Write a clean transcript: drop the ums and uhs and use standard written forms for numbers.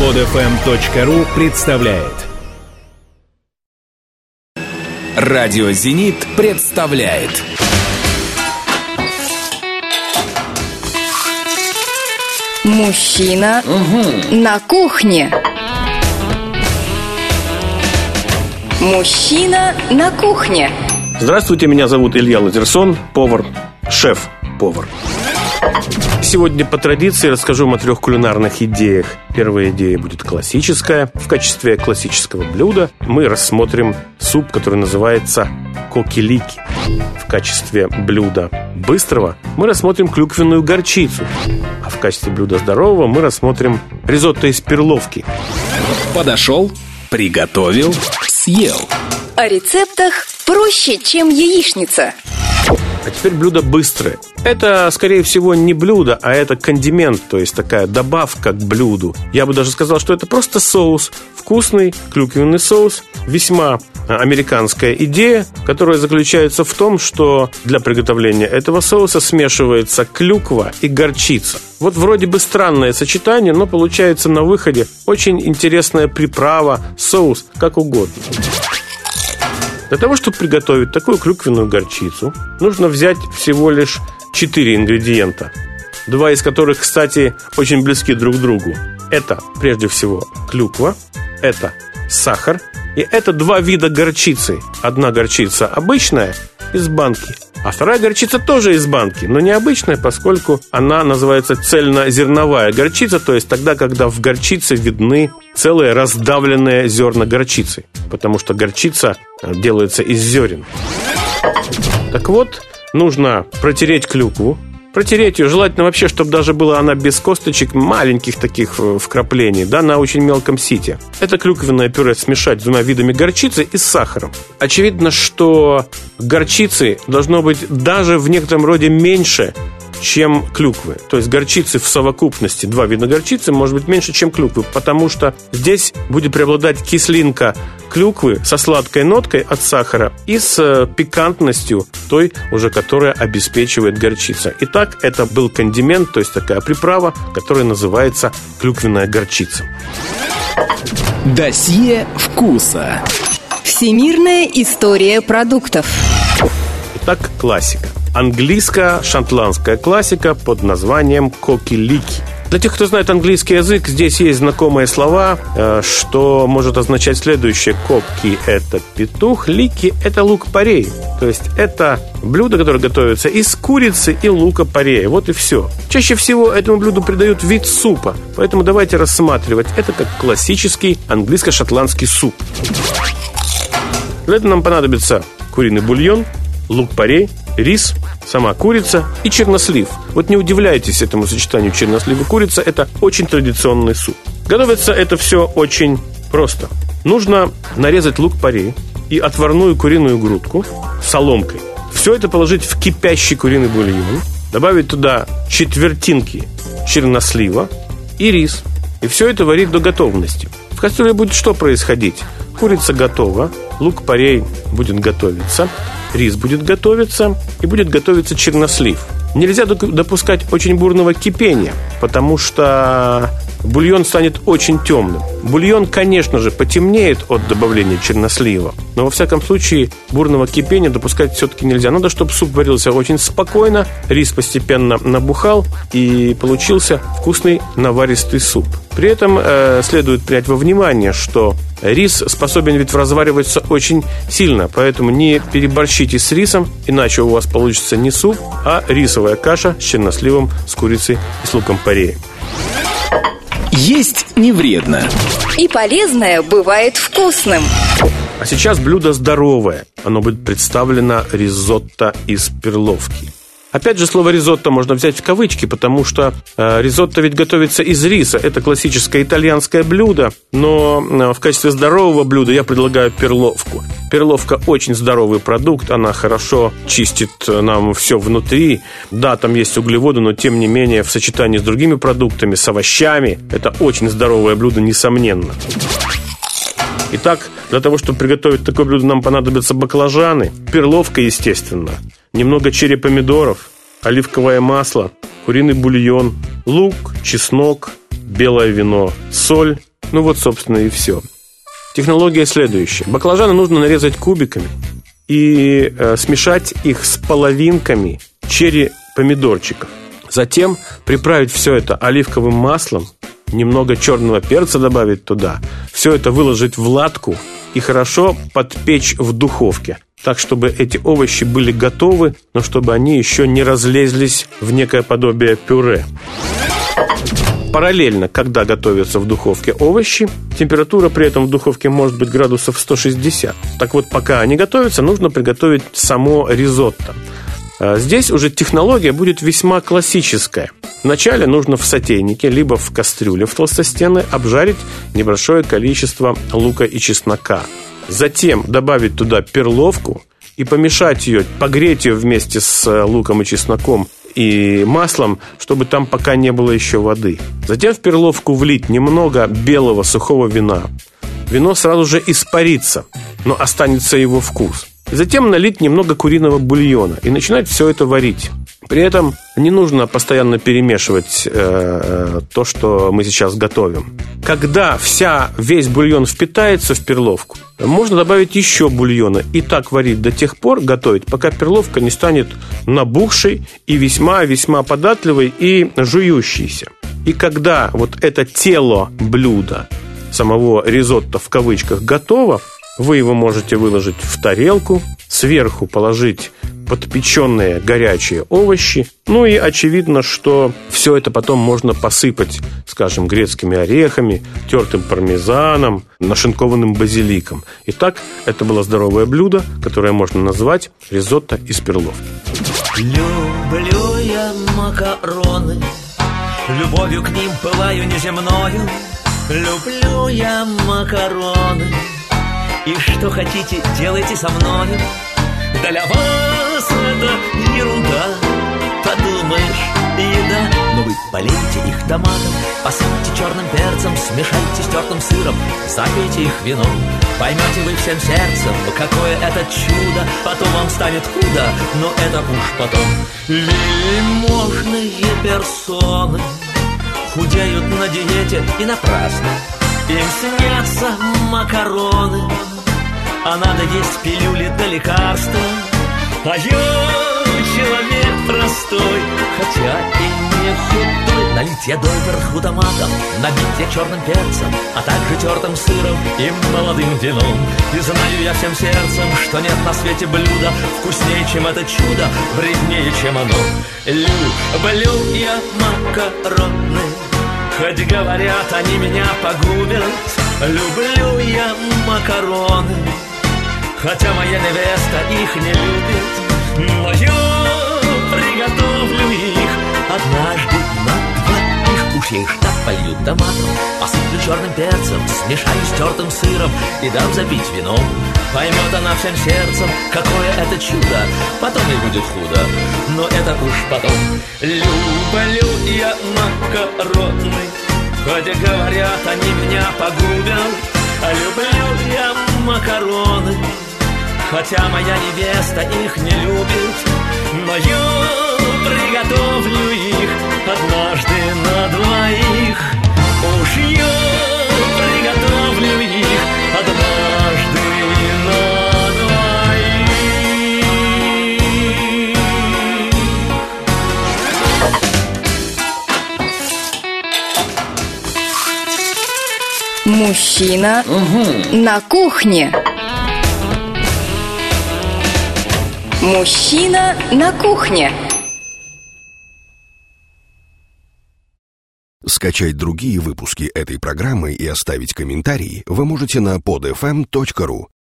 Подфм.ру представляет. Радио «Зенит» представляет. Мужчина на кухне. Мужчина на кухне. Здравствуйте, меня зовут Илья Лазерсон, повар, шеф-повар. Сегодня по традиции расскажу вам о 3 кулинарных идеях. Первая идея будет классическая. В качестве классического блюда мы рассмотрим суп, который называется кокилики. В качестве блюда быстрого мы рассмотрим клюквенную горчицу. А в качестве блюда здорового мы рассмотрим ризотто из перловки. Подошел, приготовил, съел. О рецептах проще, чем яичница. А теперь блюдо быстрое. Это, скорее всего, не блюдо, а это кондимент, то есть такая добавка к блюду. Я бы даже сказал, что это просто соус. Вкусный клюквенный соус. Весьма американская идея, которая заключается в том, что для приготовления этого соуса смешивается клюква и горчица. Вот вроде бы странное сочетание, но получается на выходе очень интересная приправа, соус, как угодно. Для того, чтобы приготовить такую клюквенную горчицу, нужно взять всего лишь 4 ингредиента. 2 из которых, кстати, очень близки друг к другу. Это, прежде всего, клюква, это сахар и это 2 вида горчицы. Одна горчица обычная, из банки, а вторая горчица тоже из банки, но необычная, поскольку она называется цельнозерновая горчица, то есть тогда, когда в горчице видны целые раздавленные зерна горчицы, потому что горчица делается из зерен. Так вот, нужно протереть клюкву. Протереть ее желательно вообще, чтобы даже была она без косточек, маленьких таких вкраплений, да, на очень мелком сите. Это клюквенное пюре смешать с 2 видами горчицы и с сахаром. Очевидно, что горчицы должно быть даже в некотором роде меньше, чем клюквы. То есть горчицы в совокупности, 2 вида горчицы, может быть меньше, чем клюквы, потому что здесь будет преобладать кислинка клюквы со сладкой ноткой от сахара и с пикантностью той, уже которая обеспечивает горчица. Итак, это был кондимент, то есть такая приправа, которая называется клюквенная горчица. Досье вкуса. Всемирная история продуктов. Итак, классика. Английско-шотландская классика под названием кокилики. Для тех, кто знает английский язык, здесь есть знакомые слова, что может означать следующее. Коки – это петух, лики – это лук-порей. То есть это блюдо, которое готовится из курицы и лука-порея. Вот и все. Чаще всего этому блюду придают вид супа, поэтому давайте рассматривать это как классический английско-шотландский суп. Для этого нам понадобится куриный бульон, лук-порей, рис, сама курица и чернослив. Вот не удивляйтесь этому сочетанию чернослива и курица. Это очень традиционный суп. Готовится это все очень просто. Нужно нарезать лук-порей и отварную куриную грудку соломкой. Все это положить в кипящий куриный бульон, добавить туда четвертинки чернослива и рис. И все это варить до готовности. В кастрюле будет что происходить? Курица готова, лук-порей будет готовиться, рис будет готовиться и будет готовиться чернослив. Нельзя допускать очень бурного кипения, потому что бульон станет очень темным. Бульон, конечно же, потемнеет от добавления чернослива, но во всяком случае бурного кипения допускать все-таки нельзя. Надо, чтобы суп варился очень спокойно, рис постепенно набухал и получился вкусный наваристый суп. При этом следует принять во внимание, что рис способен ведь развариваться очень сильно, поэтому не переборщите с рисом, иначе у вас получится не суп, а рисовая каша с черносливом, с курицей и с луком-порей. Есть не вредно. И полезное бывает вкусным. А сейчас блюдо здоровое. Оно будет представлено ризотто из перловки. Опять же, слово ризотто можно взять в кавычки, потому что ризотто ведь готовится из риса. Это классическое итальянское блюдо, но в качестве здорового блюда я предлагаю перловку. Перловка очень здоровый продукт, она хорошо чистит нам все внутри. Да, там есть углеводы, но тем не менее в сочетании с другими продуктами, с овощами, это очень здоровое блюдо, несомненно. Итак, для того, чтобы приготовить такое блюдо, нам понадобятся баклажаны, перловка, естественно, немного черри помидоров, оливковое масло, куриный бульон, лук, чеснок, белое вино, соль, Ну вот, собственно, и все. Технология следующая. Баклажаны нужно нарезать кубиками и смешать их с половинками черри-помидорчиков. Затем приправить все это оливковым маслом, немного черного перца добавить туда, все это выложить в латку и хорошо подпечь в духовке, так, чтобы эти овощи были готовы, но чтобы они еще не разлезлись в некое подобие пюре. Параллельно, когда готовятся в духовке овощи, температура при этом в духовке может быть градусов 160. Так вот, пока они готовятся, нужно приготовить само ризотто. Здесь уже технология будет весьма классическая. Вначале нужно в сотейнике, либо в кастрюле в толстостенной обжарить небольшое количество лука и чеснока. Затем добавить туда перловку и помешать ее, погреть ее вместе с луком и чесноком и маслом, чтобы там пока не было еще воды. Затем в перловку влить немного белого сухого вина. Вино сразу же испарится, но останется его вкус. Затем налить немного куриного бульона и начинать все это варить. При этом не нужно постоянно перемешивать то, что мы сейчас готовим. Когда весь бульон впитается в перловку, можно добавить еще бульона и так варить до тех пор, готовить, пока перловка не станет набухшей и весьма-весьма податливой и жующейся. И когда вот это тело блюда, самого ризотто в кавычках, готово, вы его можете выложить в тарелку, сверху положить подпеченные горячие овощи. Ну и очевидно, что все это потом можно посыпать, скажем, грецкими орехами, тертым пармезаном, нашинкованным базиликом. Итак, это было здоровое блюдо, которое можно назвать ризотто из перловки. Люблю я макароны, любовью к ним пылаю неземною. Люблю я макароны, и что хотите, делайте со мною. Для вас это ерунда, подумаешь, еда. Но вы полейте их томатом, посыпьте черным перцем, смешайте с тертым сыром, запейте их вином. Поймете вы всем сердцем, какое это чудо. Потом вам станет худо, но это уж потом. Вельможные персоны худеют на диете и напрасно. Им снятся макароны, а надо есть пилюли до лекарства. А я человек простой, хотя и не худой. Налить я доверху томатом, набить я черным перцем, а также тертым сыром и молодым вином. И знаю я всем сердцем, что нет на свете блюда вкуснее, чем это чудо, вреднее, чем оно. Люблю я макароны, хоть говорят, они меня погубят. Люблю я макароны, хотя моя невеста их не любит. Но я приготовлю их однажды на двоих. Уж я их так полью томатом, посыплю черным перцем, смешаю с тертым сыром и дам запить вином. Поймет она всем сердцем, какое это чудо, потом и будет худо, но это уж потом. Люблю я макароны, хотя говорят, они меня погубят. Люблю я макароны, хотя моя невеста их не любит. Но я приготовлю их однажды на двоих. Уж я приготовлю их однажды на двоих. Мужчина на кухне. Мужчина на кухне. Скачать другие выпуски этой программы и оставить комментарии вы можете на podfm.ru.